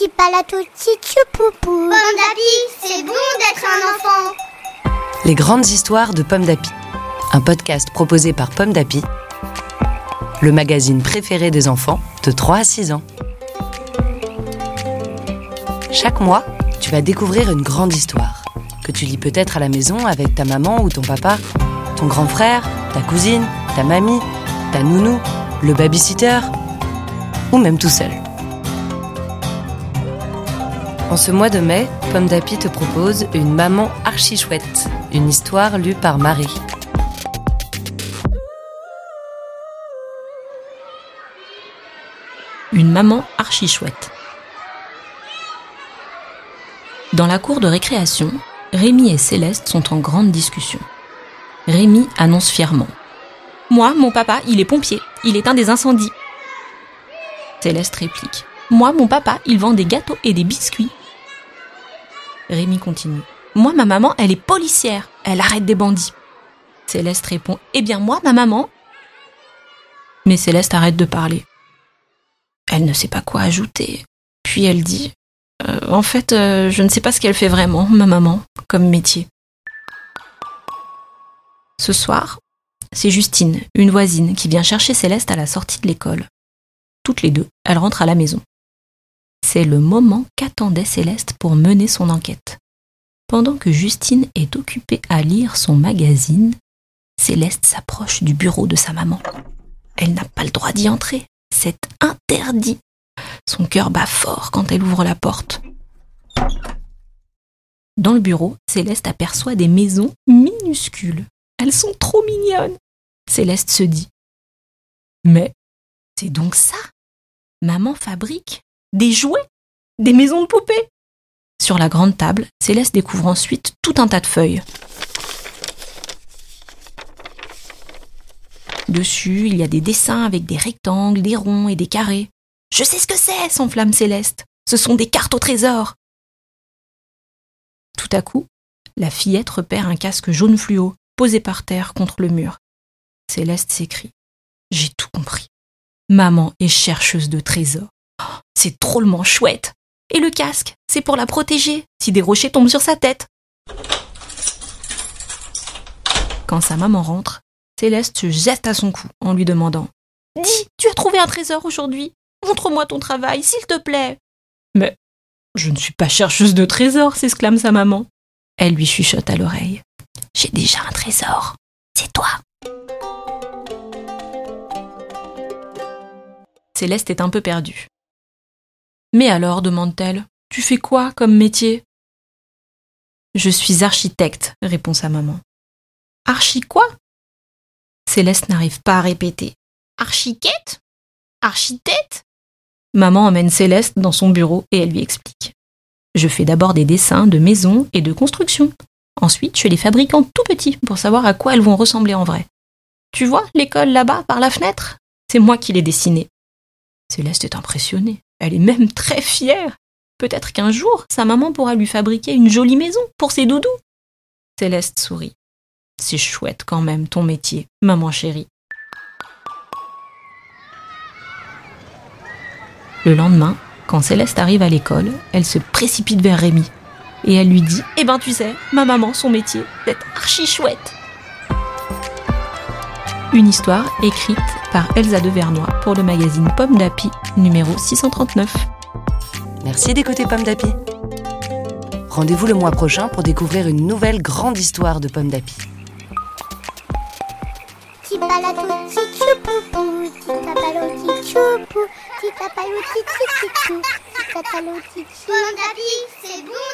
Pomme d'Api, c'est bon d'être un enfant. Les grandes histoires de Pomme d'Api. Un podcast proposé par Pomme d'Api, le magazine préféré des enfants de 3 à 6 ans. Chaque mois, tu vas découvrir une grande histoire que tu lis peut-être à la maison avec ta maman ou ton papa, ton grand frère, ta cousine, ta mamie, ta nounou, le babysitter ou même tout seul. En ce mois de mai, Pomme d'Api te propose Une maman archi chouette, une histoire lue par Marie. Une maman archi chouette. Dans la cour de récréation, Rémi et Céleste sont en grande discussion. Rémi annonce fièrement: « Moi, mon papa, il est pompier, il éteint des incendies. » Céleste réplique: « Moi, mon papa, il vend des gâteaux et des biscuits. » Rémi continue: « Moi, ma maman, elle est policière, elle arrête des bandits. » Céleste répond: « Eh bien moi, ma maman... » Mais Céleste arrête de parler. Elle ne sait pas quoi ajouter. Puis elle dit: En fait, je ne sais pas ce qu'elle fait vraiment, ma maman, comme métier. » Ce soir, c'est Justine, une voisine, qui vient chercher Céleste à la sortie de l'école. Toutes les deux, elles rentrent à la maison. C'est le moment qu'attendait Céleste pour mener son enquête. Pendant que Justine est occupée à lire son magazine, Céleste s'approche du bureau de sa maman. Elle n'a pas le droit d'y entrer. C'est interdit. Son cœur bat fort quand elle ouvre la porte. Dans le bureau, Céleste aperçoit des maisons minuscules. Elles sont trop mignonnes. Céleste se dit: mais c'est donc ça? Maman fabrique des jouets, des maisons de poupées. Sur la grande table, Céleste découvre ensuite tout un tas de feuilles. Dessus, il y a des dessins avec des rectangles, des ronds et des carrés. « Je sais ce que c'est !» s'enflamme Céleste. « Ce sont des cartes au trésor !» Tout à coup, la fillette repère un casque jaune fluo posé par terre contre le mur. Céleste s'écrie: « J'ai tout compris. Maman est chercheuse de trésors. Oh, c'est drôlement chouette. Et le casque, c'est pour la protéger si des rochers tombent sur sa tête. » Quand sa maman rentre, Céleste se jette à son cou en lui demandant: « Dis, tu as trouvé un trésor aujourd'hui? Montre-moi ton travail, s'il te plaît. » « Mais je ne suis pas chercheuse de trésors, » s'exclame sa maman. Elle lui chuchote à l'oreille: « J'ai déjà un trésor, c'est toi. » Céleste est un peu perdue. « Mais alors, demande-t-elle, tu fais quoi comme métier? »« Je suis architecte, » répond sa maman. « Archi quoi ?» Céleste n'arrive pas à répéter. « Archiquette? Architecte ?» Maman emmène Céleste dans son bureau et elle lui explique: « Je fais d'abord des dessins de maisons et de constructions. Ensuite, je les fabrique en tout petit pour savoir à quoi elles vont ressembler en vrai. Tu vois l'école là-bas, par la fenêtre? C'est moi qui l'ai dessinée. » Céleste est impressionnée. Elle est même très fière. Peut-être qu'un jour, sa maman pourra lui fabriquer une jolie maison pour ses doudous. Céleste sourit. « C'est chouette quand même ton métier, maman chérie. » Le lendemain, quand Céleste arrive à l'école, elle se précipite vers Rémi. Et elle lui dit: « Eh ben tu sais, ma maman, son métier, c'est archi chouette. » Une histoire écrite par Elsa Devernois pour le magazine Pomme d'Api, numéro 639. Merci d'écouter Pomme d'Api. Rendez-vous le mois prochain pour découvrir une nouvelle grande histoire de Pomme d'Api. Pomme d'Api, c'est bon